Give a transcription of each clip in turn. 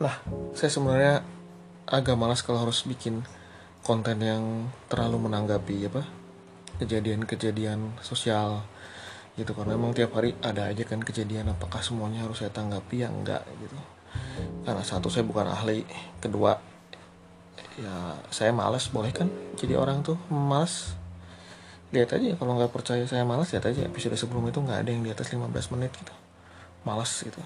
Nah, saya sebenarnya agak malas kalau harus bikin konten yang terlalu menanggapi kejadian-kejadian sosial gitu, karena memang tiap hari ada aja kan kejadian. Apakah semuanya harus saya tanggapi? Ya enggak gitu, karena satu, saya bukan ahli. Kedua, ya saya malas. Boleh kan jadi orang tuh malas? Lihat aja, kalau nggak percaya saya malas, lihat aja episode sebelum itu nggak ada yang di atas 15 menit gitu. Malas gitu.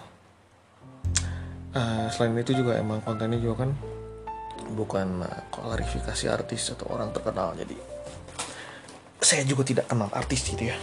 Selain itu juga emang kontennya juga kan bukan klarifikasi artis atau orang terkenal, jadi saya juga tidak kenal artis gitu ya.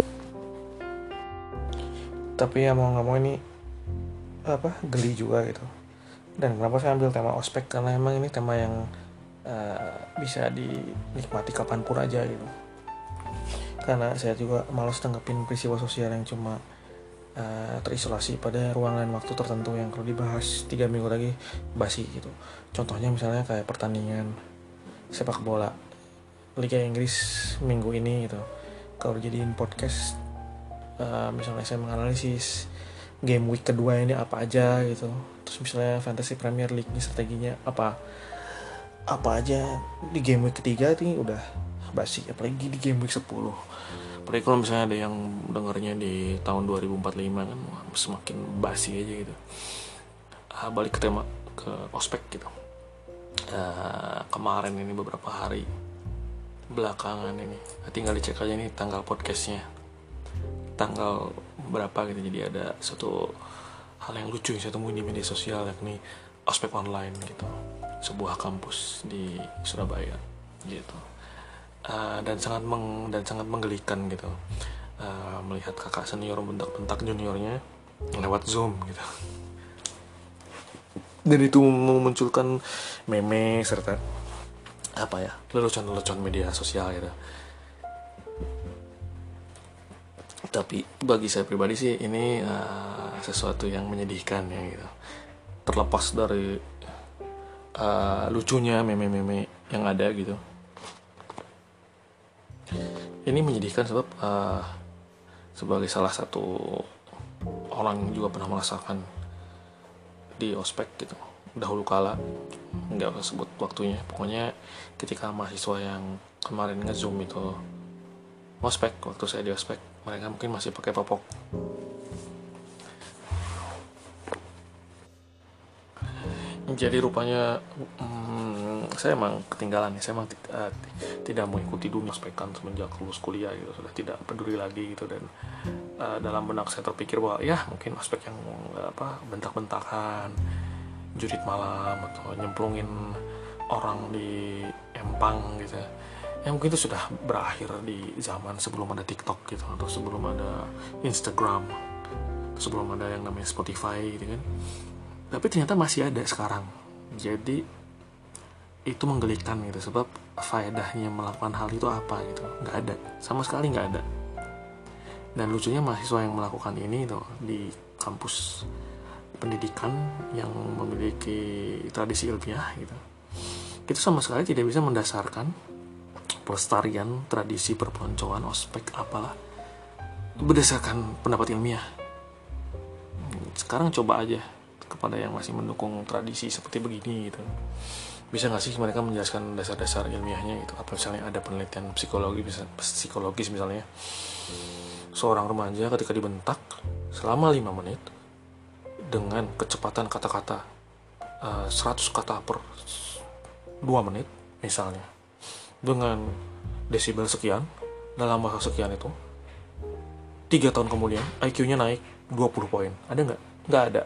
Tapi ya mau nggak mau ini geli juga gitu. Dan kenapa saya ambil tema ospek, karena emang ini tema yang bisa dinikmati kapanpun aja gitu. Karena saya juga malas tanggapin peristiwa sosial yang cuma terisolasi pada ruang dan waktu tertentu yang kalau dibahas 3 minggu lagi basi gitu. Contohnya misalnya kayak pertandingan sepak bola Liga Inggris minggu ini gitu. Kalau jadiin podcast, misalnya saya menganalisis game week kedua ini apa aja gitu. Terus misalnya Fantasy Premier League ini strateginya apa aja di game week ketiga ini udah basi, apalagi di game week 10. Apalagi kalau misalnya ada yang dengarnya di tahun 2045 kan, semakin basi aja gitu. Balik ke tema, ke ospek gitu. Kemarin ini beberapa hari belakangan ini, tinggal dicek aja nih tanggal podcastnya, tanggal berapa gitu. Jadi ada satu hal yang lucu yang saya temuin di media sosial, yakni ospek online gitu, sebuah kampus di Surabaya gitu. Dan sangat menggelikan gitu, melihat kakak senior bentak-bentak juniornya lewat Zoom gitu. Dan itu memunculkan meme serta lelucon-lelucon media sosial gitu. Tapi bagi saya pribadi sih ini sesuatu yang menyedihkan ya gitu. Terlepas dari lucunya meme-meme yang ada gitu, ini menyedihkan sebab sebagai salah satu orang juga pernah merasakan di ospek gitu dahulu kala, nggak usah sebut waktunya, pokoknya ketika mahasiswa yang kemarin nge-zoom itu ospek, waktu saya di ospek mereka mungkin masih pakai popok. Jadi rupanya saya emang ketinggalan ya. Saya emang tidak mengikuti dunia ospekan semenjak lulus kuliah gitu, sudah tidak peduli lagi gitu. Dan dalam benak saya terpikir bahwa ya mungkin ospek yang bentak-bentakan, jurit malam, atau nyemplungin orang di empang gitu ya, mungkin itu sudah berakhir di zaman sebelum ada TikTok gitu, atau sebelum ada Instagram, sebelum ada yang namanya Spotify gitu kan. Tapi ternyata masih ada sekarang. Jadi itu menggelikan gitu, sebab faedahnya melakukan hal itu apa gitu, nggak ada, sama sekali nggak ada. Dan lucunya mahasiswa yang melakukan ini tuh di kampus pendidikan yang memiliki tradisi ilmiah gitu, itu sama sekali tidak bisa mendasarkan pelestarian tradisi perpeloncoan ospek apalah berdasarkan pendapat ilmiah. Sekarang coba aja kepada yang masih mendukung tradisi seperti begini gitu, bisa nggak sih mereka menjelaskan dasar-dasar ilmiahnya gitu? Apa misalnya ada penelitian psikologis misalnya, seorang remaja ketika dibentak selama 5 menit dengan kecepatan kata-kata 100 kata per 2 menit misalnya, dengan desibel sekian dalam masa sekian itu, 3 tahun kemudian IQ-nya naik 20 poin. Ada nggak? Nggak ada.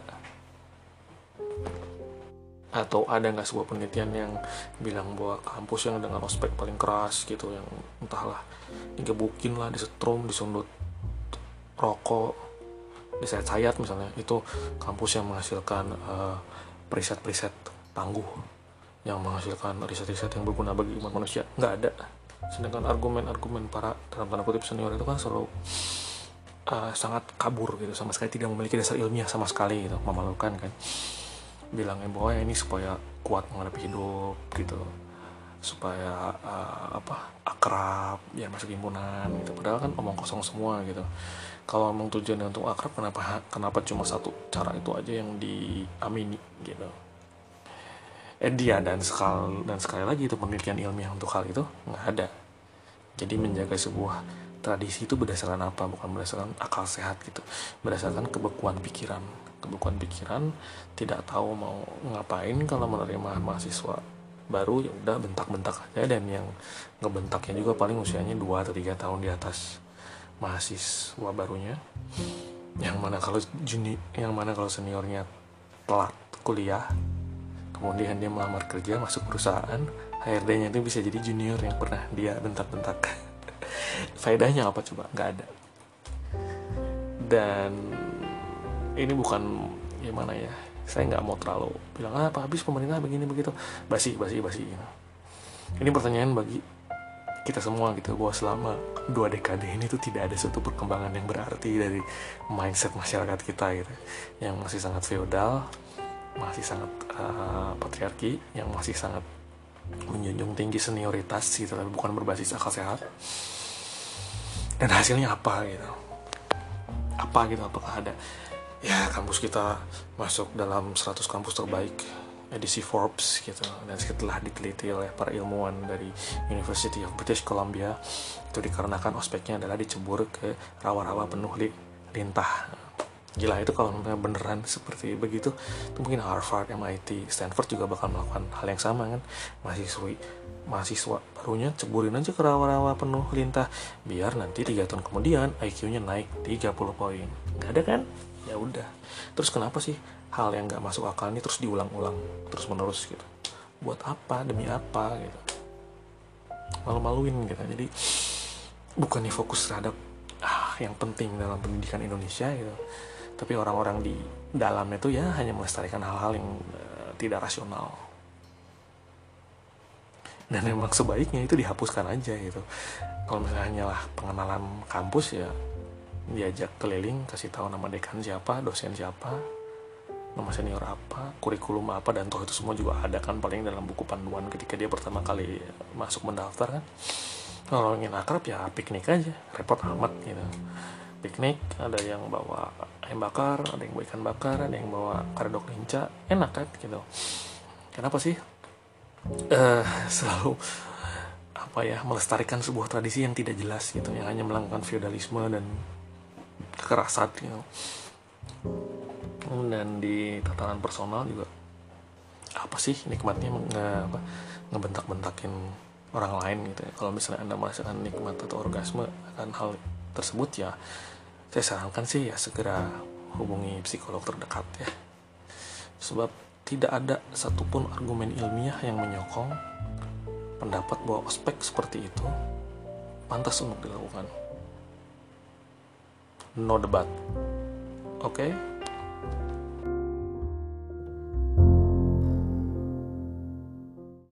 Atau ada nggak sebuah penelitian yang bilang bahwa kampus yang dengan ospek paling keras gitu, yang entahlah digebukin lah, disetrum, disundut rokok, disayat-sayat misalnya, itu kampus yang menghasilkan preset-preset tangguh, yang menghasilkan riset-riset yang berguna bagi umat manusia? Nggak ada. Sedangkan argumen-argumen para dalam tanda kutip senior itu kan selalu sangat kabur gitu, sama sekali tidak memiliki dasar ilmiah sama sekali gitu, memalukan kan. Bilangnya bahwa ini supaya kuat menghadapi hidup gitu, supaya akrab ya masuk himpunan gitu. Padahal kan omong kosong semua gitu. Kalau memang tujuannya untuk akrab, kenapa cuma satu cara itu aja yang diamini gitu? dia dan sekali lagi itu penelitian ilmiah untuk hal itu nggak ada. Jadi menjaga sebuah tradisi itu berdasarkan apa? Bukan berdasarkan akal sehat gitu, berdasarkan kebekuan pikiran. Kebekuan pikiran, tidak tahu mau ngapain kalau menerima mahasiswa baru, ya udah bentak-bentak aja, dan yang ngebentaknya juga paling usianya 2 atau 3 tahun di atas mahasiswa barunya. Yang mana kalau seniornya telat kuliah, kemudian dia melamar kerja masuk perusahaan, HRD-nya itu bisa jadi junior yang pernah dia bentak-bentak. Faedahnya apa coba? Nggak ada. Dan ini bukan gimana ya, saya nggak mau terlalu bilang apa habis pemerintah begini begitu, basi. Ini pertanyaan bagi kita semua gitu, bahwa selama 2 dekade ini tuh tidak ada suatu perkembangan yang berarti dari mindset masyarakat kita gitu, yang masih sangat feodal, masih sangat patriarki, yang masih sangat menjunjung tinggi senioritas gitu, tapi bukan berbasis akal sehat. Dan hasilnya apa gitu? Apakah ada ya kampus kita masuk dalam 100 kampus terbaik edisi Forbes gitu, dan setelah diteliti oleh para ilmuwan dari University of British Columbia, itu dikarenakan ospeknya adalah dicebur ke rawa-rawa penuh lintah. Gila, itu kalau beneran seperti begitu, itu mungkin Harvard, MIT, Stanford juga bakal melakukan hal yang sama kan. Mahasiswa barunya ceburin aja ke rawa-rawa penuh lintah, biar nanti 3 tahun kemudian IQ-nya naik 30 poin. Gak ada kan? Ya udah. Terus kenapa sih hal yang gak masuk akal ini terus diulang-ulang terus menerus gitu? Buat apa? Demi apa gitu? Malu-maluin gitu. Jadi bukannya fokus terhadap yang penting dalam pendidikan Indonesia gitu, tapi orang-orang di dalamnya tuh ya hanya melestarikan hal-hal yang tidak rasional. Dan memang sebaiknya itu dihapuskan aja gitu. Kalau misalnya hanyalah pengenalan kampus, ya diajak keliling, kasih tahu nama dekan siapa, dosen siapa, nama senior apa, kurikulum apa, dan toh itu semua juga ada kan paling dalam buku panduan ketika dia pertama kali masuk mendaftar kan. Kalau ingin akrab ya piknik aja, repot amat gitu. Piknik, ada yang bawa ayam bakar, ada yang bawa ikan bakar, ada yang bawa karedok lenca, enak kan gitu. Kenapa sih selalu melestarikan sebuah tradisi yang tidak jelas gitu, yang hanya melanggar feodalisme dan kekerasan gitu. Dan di tatanan personal juga, apa sih nikmatnya ngebentak-bentakin orang lain gitu ya. Kalau misalnya Anda merasakan nikmat atau orgasme akan hal tersebut, ya saya sarankan sih ya segera hubungi psikolog terdekat ya. Sebab tidak ada satupun argumen ilmiah yang menyokong pendapat bahwa ospek seperti itu pantas untuk dilakukan. No debat. Oke?